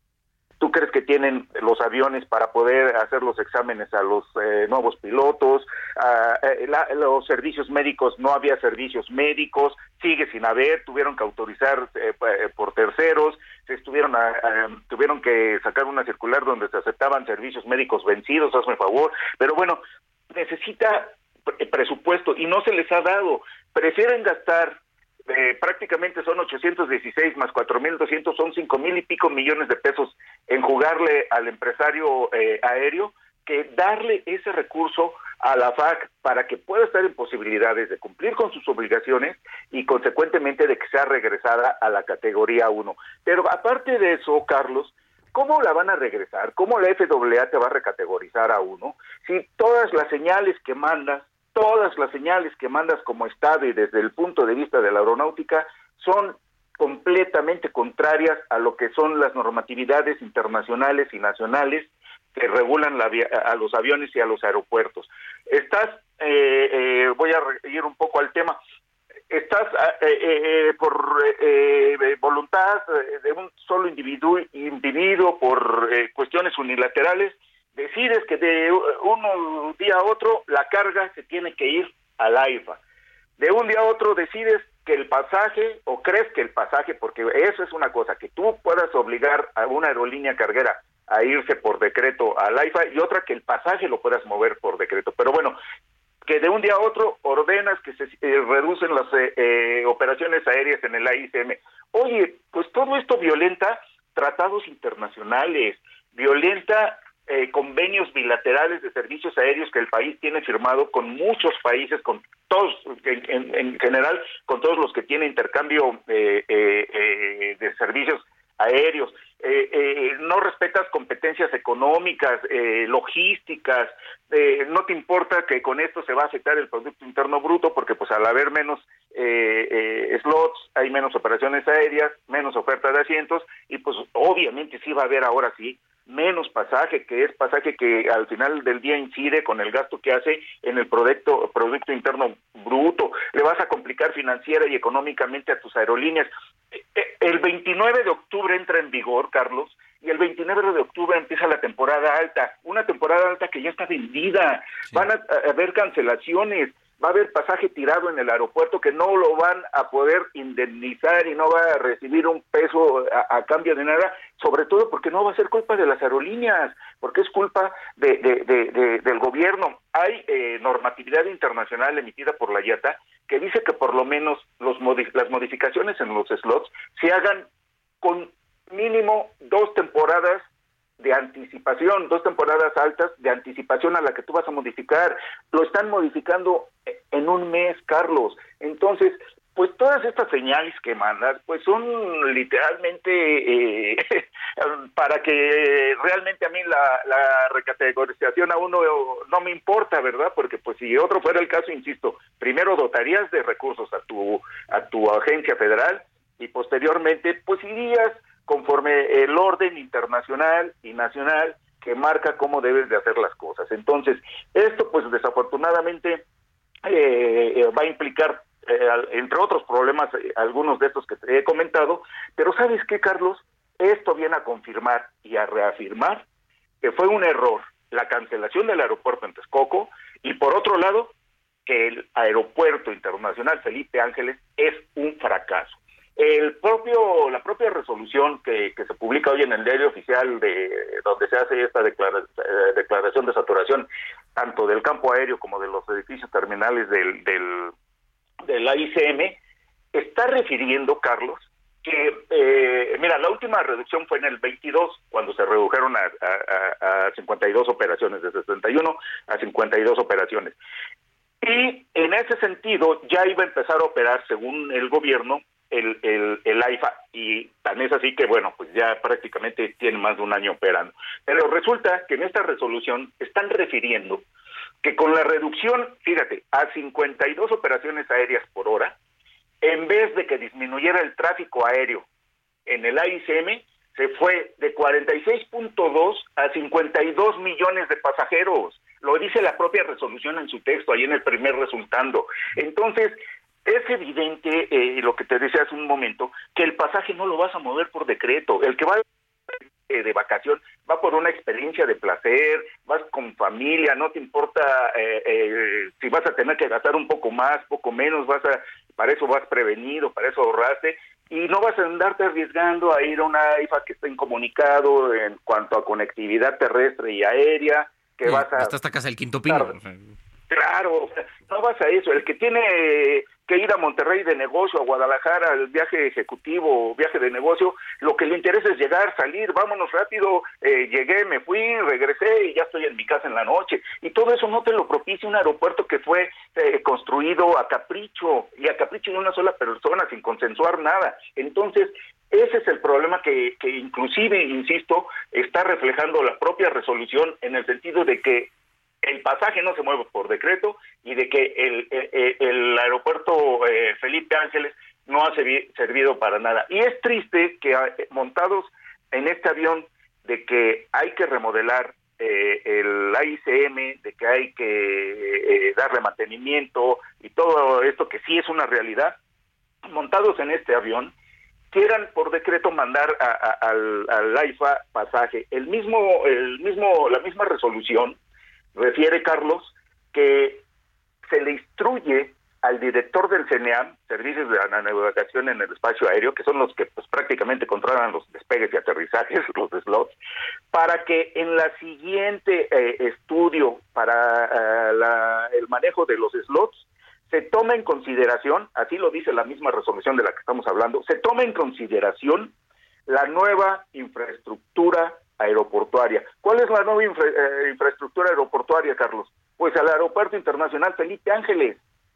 ¿Tú crees que tienen los aviones para poder hacer los exámenes a los eh, nuevos pilotos? Ah, eh, la, los servicios médicos, no había servicios médicos, sigue sin haber, tuvieron que autorizar eh, por terceros, se estuvieron a, a, tuvieron que sacar una circular donde se aceptaban servicios médicos vencidos, hazme favor, pero bueno, necesita presupuesto y no se les ha dado. Prefieren gastar Eh, prácticamente son ochocientos dieciséis más cuatro mil doscientos, son cinco mil y pico millones de pesos en jugarle al empresario eh, aéreo, que darle ese recurso a la F A C para que pueda estar en posibilidades de cumplir con sus obligaciones y consecuentemente de que sea regresada a la categoría uno. Pero aparte de eso, Carlos, ¿cómo la van a regresar? ¿Cómo la F A A te va a recategorizar a uno? Si todas las señales que mandas Todas las señales que mandas como Estado y desde el punto de vista de la aeronáutica son completamente contrarias a lo que son las normatividades internacionales y nacionales que regulan la, a los aviones y a los aeropuertos. Estás, eh, eh, voy a ir un poco al tema, estás eh, eh, por eh, voluntad de un solo individuo, individuo por eh, cuestiones unilaterales, decides que de un día a otro la carga se tiene que ir al AIFA. De un día a otro decides que el pasaje, o crees que el pasaje, porque eso es una cosa, que tú puedas obligar a una aerolínea carguera a irse por decreto al AIFA, y otra que el pasaje lo puedas mover por decreto. Pero bueno, que de un día a otro ordenas que se eh, reducen las eh, eh, operaciones aéreas en el A I C M. Oye, pues todo esto violenta tratados internacionales, violenta Eh, convenios bilaterales de servicios aéreos que el país tiene firmado con muchos países, con todos, en, en, en general, con todos los que tienen intercambio eh, eh, eh, de servicios aéreos. Eh, eh, no respetas competencias económicas, eh, logísticas, eh, no te importa que con esto se va a afectar el Producto Interno Bruto, porque pues al haber menos eh, eh, slots, hay menos operaciones aéreas, menos oferta de asientos, y pues obviamente sí va a haber ahora sí menos pasaje, que es pasaje que al final del día incide con el gasto que hace en el producto, producto interno bruto. Le vas a complicar financiera y económicamente a tus aerolíneas. El veintinueve de octubre entra en vigor, Carlos, y el veintinueve de octubre empieza la temporada alta, una temporada alta que ya está vendida. Sí. Van a, a haber cancelaciones, va a haber pasaje tirado en el aeropuerto que no lo van a poder indemnizar y no va a recibir un peso a, a cambio de nada, sobre todo porque no va a ser culpa de las aerolíneas, porque es culpa de, de, de, de del gobierno. Hay eh, normatividad internacional emitida por la I A T A que dice que por lo menos los modi- las modificaciones en los slots se hagan con mínimo dos temporadas de anticipación, dos temporadas altas de anticipación a la que tú vas a modificar. Lo están modificando en un mes, Carlos. Entonces, pues todas estas señales que mandas, pues son literalmente eh, para que realmente a mí la, la recategorización a uno no me importa, ¿verdad? Porque pues si otro fuera el caso, insisto, primero dotarías de recursos a tu a tu agencia federal y posteriormente pues irías conforme el orden internacional y nacional que marca cómo debes de hacer las cosas. Entonces, esto pues desafortunadamente eh, va a implicar Eh, entre otros problemas, eh, algunos de estos que te he comentado, pero ¿sabes qué, Carlos? Esto viene a confirmar y a reafirmar que fue un error la cancelación del aeropuerto en Texcoco y, por otro lado, que el aeropuerto internacional Felipe Ángeles es un fracaso. El propio, la propia resolución que, que se publica hoy en el diario oficial, de donde se hace esta declara, eh, declaración de saturación, tanto del campo aéreo como de los edificios terminales del, del de la I C M, está refiriendo, Carlos, que, eh, mira, la última reducción fue en el veintidós, cuando se redujeron a, a, a cincuenta y dos operaciones, de sesenta y uno a cincuenta y dos operaciones. Y en ese sentido ya iba a empezar a operar, según el gobierno, el, el, el AIFA, y tan es así que, bueno, pues ya prácticamente tiene más de un año operando. Pero resulta que en esta resolución están refiriendo que con la reducción, fíjate, a cincuenta y dos operaciones aéreas por hora, en vez de que disminuyera el tráfico aéreo en el A I C M, se fue de cuarenta y seis punto dos a cincuenta y dos millones de pasajeros. Lo dice la propia resolución en su texto, ahí en el primer resultando. Entonces, es evidente, eh, lo que te decía hace un momento, que el pasaje no lo vas a mover por decreto. El que va de vacación, va por una experiencia de placer, vas con familia, no te importa eh, eh, si vas a tener que gastar un poco más, poco menos, vas a, para eso vas prevenido, para eso ahorraste, y no vas a andarte arriesgando a ir a una AIFA que está incomunicado en cuanto a conectividad terrestre y aérea, que sí, vas a... Está hasta casa del Quinto Pino. Claro, o sea, no vas a eso. El que tiene que ir a Monterrey de negocio, a Guadalajara, el viaje ejecutivo, viaje de negocio, lo que le interesa es llegar, salir, vámonos rápido, eh, llegué, me fui, regresé y ya estoy en mi casa en la noche. Y todo eso no te lo propicia un aeropuerto que fue eh, construido a capricho, y a capricho de una sola persona, sin consensuar nada. Entonces, ese es el problema que, que inclusive, insisto, está reflejando la propia resolución, en el sentido de que el pasaje no se mueve por decreto y de que el, el, el aeropuerto eh, Felipe Ángeles no ha servido para nada. Y es triste que montados en este avión de que hay que remodelar eh, el A I C M, de que hay que eh, darle mantenimiento y todo esto que sí es una realidad, montados en este avión, quieran por decreto mandar a, a, al, al AIFA pasaje. El mismo, el mismo, la misma resolución refiere, Carlos, que se le instruye al director del CENEAM, Servicios de la Navegación en el Espacio Aéreo, que son los que pues prácticamente controlan los despegues y aterrizajes, los slots, para que en la siguiente eh, estudio para uh, la, el manejo de los slots se tome en consideración, así lo dice la misma resolución de la que estamos hablando, se tome en consideración la nueva infraestructura aeroportuaria. ¿Cuál es la nueva infra, eh, infraestructura aeroportuaria, Carlos? Pues al Aeropuerto Internacional Felipe Ángeles.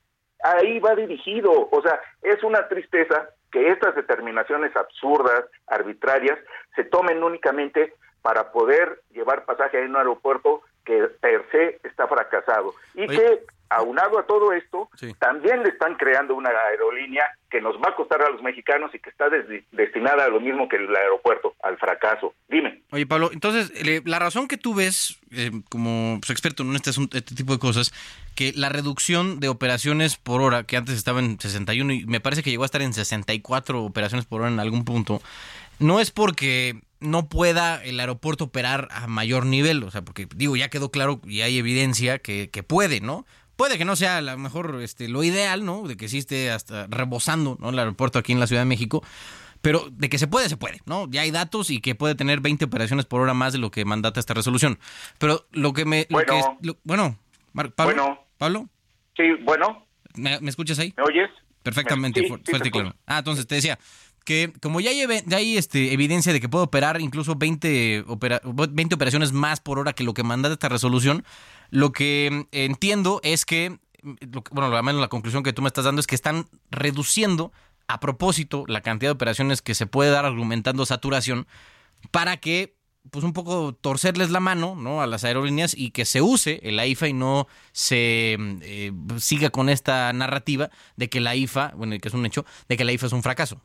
Ahí va dirigido. O sea, es una tristeza que estas determinaciones absurdas, arbitrarias, se tomen únicamente para poder llevar pasaje a un aeropuerto que per se está fracasado. Y Oye. que, aunado a todo esto, sí. también le están creando una aerolínea que nos va a costar a los mexicanos y que está des- destinada a lo mismo que el aeropuerto, al fracaso. Dime. Oye, Pablo, entonces, eh, la razón que tú ves, eh, como pues, experto en este, este tipo de cosas, que la reducción de operaciones por hora, que antes estaba en sesenta y uno y me parece que llegó a estar en sesenta y cuatro operaciones por hora en algún punto, no es porque no pueda el aeropuerto operar a mayor nivel, o sea, porque digo, ya quedó claro y hay evidencia que, que puede, ¿no? Puede que no sea a lo mejor este, lo ideal, ¿no? De que sí esté hasta rebosando, ¿no? El aeropuerto aquí en la Ciudad de México, pero de que se puede, se puede, ¿no? Ya hay datos y que puede tener veinte operaciones por hora más de lo que mandata esta resolución. Pero lo que me... Lo bueno, que es, lo, bueno, Mar, Pablo, bueno. ¿Pablo? Sí, bueno. ¿Me, me escuchas ahí? ¿Me oyes? Perfectamente, sí, fuerte sí, y claro. Ah, entonces te decía que como ya hay, ya hay este, evidencia de que puede operar incluso veinte, opera, veinte operaciones más por hora que lo que manda esta resolución, lo que entiendo es que lo, bueno, al menos la conclusión que tú me estás dando es que están reduciendo a propósito la cantidad de operaciones que se puede dar argumentando saturación para que, pues un poco torcerles la mano, ¿no?, a las aerolíneas y que se use el AIFA y no se eh, siga con esta narrativa de que la I F A, bueno, que es un hecho, de que la I F A es un fracaso.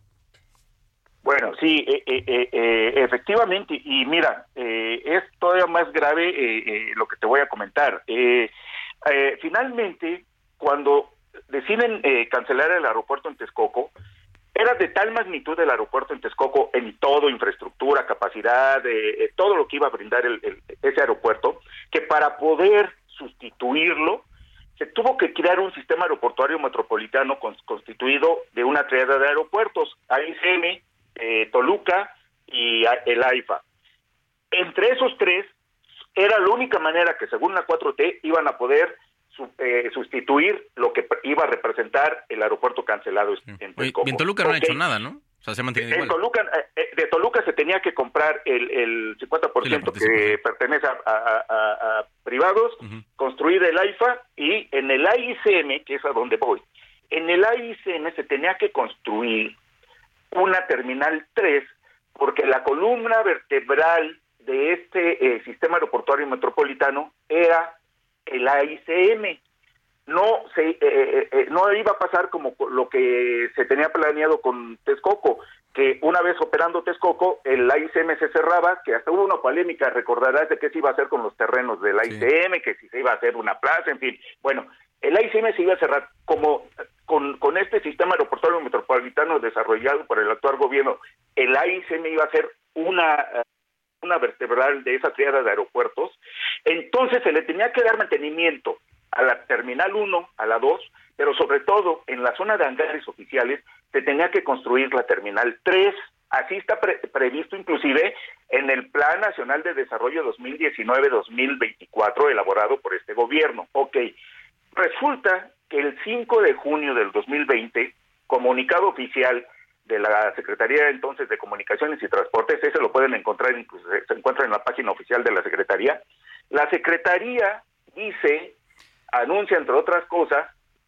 Bueno, sí, eh, eh, eh, efectivamente, y mira, eh, es todavía más grave eh, eh, lo que te voy a comentar. Eh, eh, finalmente, cuando deciden eh, cancelar el aeropuerto en Texcoco, era de tal magnitud el aeropuerto en Texcoco en todo, infraestructura, capacidad, eh, eh, todo lo que iba a brindar el, el, ese aeropuerto, que para poder sustituirlo, se tuvo que crear un sistema aeroportuario metropolitano con, constituido de una triada de aeropuertos, A I C M, eh, Toluca y el AIFA. Entre esos tres, era la única manera que según la cuatro T iban a poder su, eh, sustituir lo que iba a representar el aeropuerto cancelado en Texcoco. Oye, en Toluca no okay. han hecho nada, ¿no? O sea, se mantiene igual. En Toluca, eh, de Toluca se tenía que comprar el, el cincuenta por ciento sí, que pertenece a, a, a, a privados, uh-huh. construir el AIFA, y en el A I C M, que es a donde voy, en el A I C M se tenía que construir una terminal tres, porque la columna vertebral de este eh, sistema aeroportuario metropolitano era el A I C M. No se eh, eh, no iba a pasar como lo que se tenía planeado con Texcoco, que una vez operando Texcoco, el A I C M se cerraba, que hasta hubo una polémica, recordarás, de qué se iba a hacer con los terrenos del A I C M, sí. que si se iba a hacer una plaza, en fin. Bueno, el A I C M se iba a cerrar como con, con este sistema aeroportuario metropolitano desarrollado por el actual gobierno. El A I C M iba a ser una... una vertebral de esa triada de aeropuertos, entonces se le tenía que dar mantenimiento a la Terminal uno, a la dos, pero sobre todo en la zona de hangares oficiales se tenía que construir la Terminal tres, así está pre- previsto inclusive en el Plan Nacional de Desarrollo dos mil diecinueve a dos mil veinticuatro elaborado por este gobierno. Ok, resulta que el cinco de junio del dos mil veinte, comunicado oficial de la Secretaría entonces de Comunicaciones y Transportes, ese lo pueden encontrar, incluso se encuentra en la página oficial de la Secretaría. La Secretaría dice, anuncia entre otras cosas,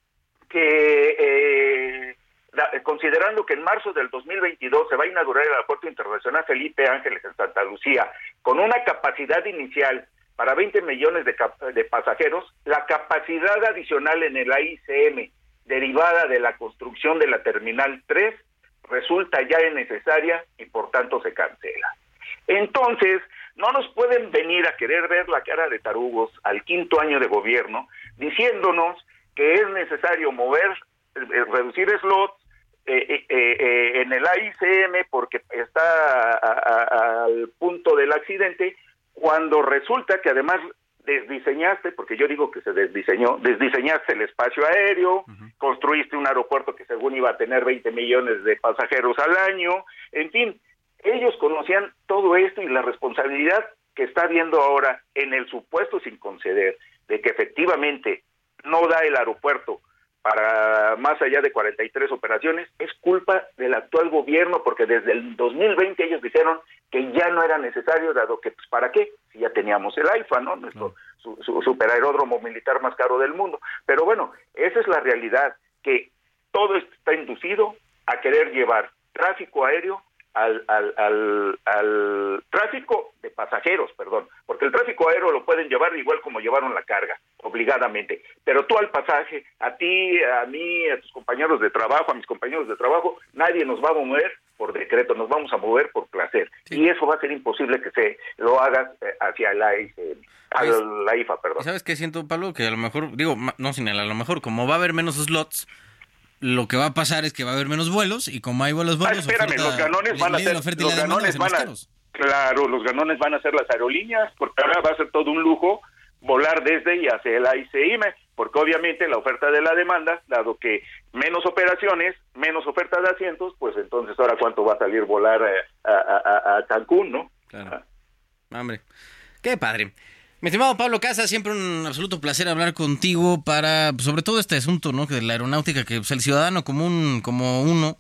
que eh, da, considerando que en marzo del dos mil veintidós se va a inaugurar el Aeropuerto Internacional Felipe Ángeles en Santa Lucía, con una capacidad inicial para veinte millones de, cap- de pasajeros, la capacidad adicional en el A I C M, derivada de la construcción de la Terminal tres, resulta ya innecesaria y por tanto se cancela. Entonces, no nos pueden venir a querer ver la cara de tarugos al quinto año de gobierno diciéndonos que es necesario mover, eh, reducir slots eh, eh, eh, en el A I C M porque está a, a, al punto del accidente, cuando resulta que además desdiseñaste, porque yo digo que se desdiseñó, desdiseñaste el espacio aéreo, uh-huh. construiste un aeropuerto que según iba a tener veinte millones de pasajeros al año, en fin, ellos conocían todo esto y la responsabilidad que está habiendo ahora en el supuesto sin conceder de que efectivamente no da el aeropuerto para más allá de cuarenta y tres operaciones, es culpa del actual gobierno, porque desde el dos mil veinte ellos dijeron que ya no era necesario, dado que, pues, ¿para qué? Si ya teníamos el AIFA, ¿no? Nuestro su, su superaeródromo militar más caro del mundo. Pero bueno, esa es la realidad, que todo esto está inducido a querer llevar tráfico aéreo al, al, al, al tráfico de pasajeros, perdón, porque el tráfico aéreo lo pueden llevar igual como llevaron la carga, obligadamente, pero tú al pasaje, a ti, a mí, a tus compañeros de trabajo, a mis compañeros de trabajo, nadie nos va a mover por decreto, nos vamos a mover por placer, sí. Y eso va a ser imposible que se lo hagas eh, hacia la, eh, pues, la I F A, perdón. ¿Sabes qué siento, Pablo? Que a lo mejor, digo, no sin el a lo mejor, como va a haber menos slots, lo que va a pasar es que va a haber menos vuelos, y como hay vuelos buenos, ah, espérame, oferta, los ganones van a ser, los ganones van a, claro, los ganones van a ser las aerolíneas, porque ahora va a ser todo un lujo volar desde y hacia el A I C M, porque obviamente la oferta de la demanda, dado que menos operaciones, menos oferta de asientos, pues entonces ahora cuánto va a salir volar a, a, a, a Cancún, ¿no? Claro. Ah. Hombre, qué padre. Mi estimado Pablo Casas, siempre un absoluto placer hablar contigo para, pues, sobre todo este asunto, ¿no? Que de la aeronáutica, que pues, el ciudadano común como uno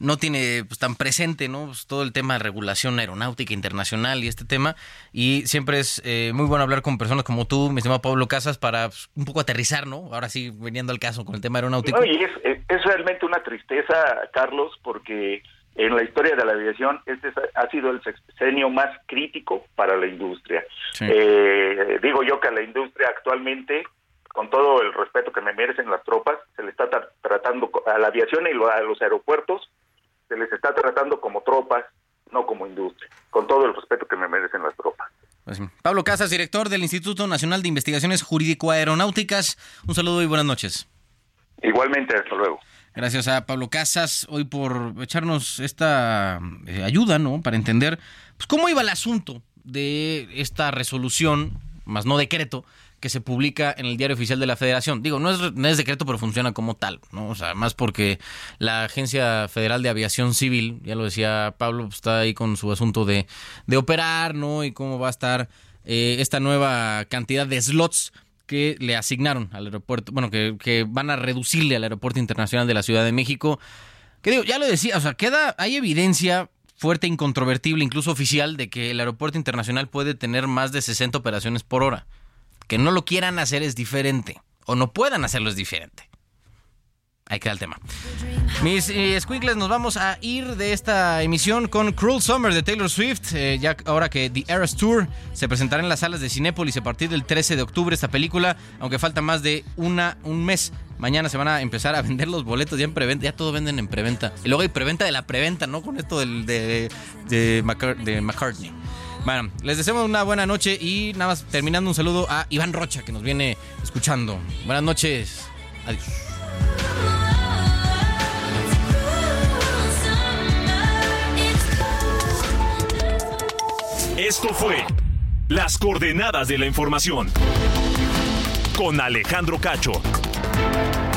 no tiene pues, tan presente, ¿no? Pues, todo el tema de regulación aeronáutica internacional y este tema, y siempre es eh, muy bueno hablar con personas como tú, mi estimado Pablo Casas, para pues, un poco aterrizar, ¿no? Ahora sí, viniendo al caso con el tema aeronáutico. No, y es, es realmente una tristeza, Carlos, porque en la historia de la aviación este ha sido el sexenio más crítico para la industria. Sí. Eh, digo yo que a la industria actualmente, con todo el respeto que me merecen las tropas, se le está tra- tratando a la aviación y a los aeropuertos, se les está tratando como tropas, no como industria, con todo el respeto que me merecen las tropas. Pues, Pablo Casas, director del Instituto Nacional de Investigaciones Jurídico-Aeronáuticas, un saludo y buenas noches. Igualmente, hasta luego. Gracias a Pablo Casas hoy por echarnos esta eh, ayuda, ¿no? Para entender pues cómo iba el asunto de esta resolución, más no decreto, que se publica en el Diario Oficial de la Federación. Digo, no es, no es decreto, pero funciona como tal, ¿no? O sea, más porque la Agencia Federal de Aviación Civil, ya lo decía Pablo, pues, está ahí con su asunto de, de operar, ¿no? Y cómo va a estar eh, esta nueva cantidad de slots que le asignaron al aeropuerto, bueno, que, que van a reducirle al Aeropuerto Internacional de la Ciudad de México. Que digo, ya lo decía, o sea, queda, hay evidencia fuerte, incontrovertible, incluso oficial, de que el Aeropuerto Internacional puede tener más de sesenta operaciones por hora. Que no lo quieran hacer es diferente, o no puedan hacerlo es diferente. Ahí queda el tema. Mis eh, escuincles, nos vamos a ir de esta emisión con Cruel Summer de Taylor Swift, eh, ya ahora que The Eras Tour se presentará en las salas de Cinépolis a partir del trece de octubre esta película, aunque falta más de una un mes. Mañana se van a empezar a vender los boletos ya en preventa, ya todo venden en preventa. Y luego hay preventa de la preventa, ¿no? Con esto del, de, de, McCart- de McCartney. Bueno, les deseamos una buena noche y nada más terminando un saludo a Iván Rocha que nos viene escuchando. Buenas noches. Adiós. Esto fue Las Coordenadas de la Información con Alejandro Cacho.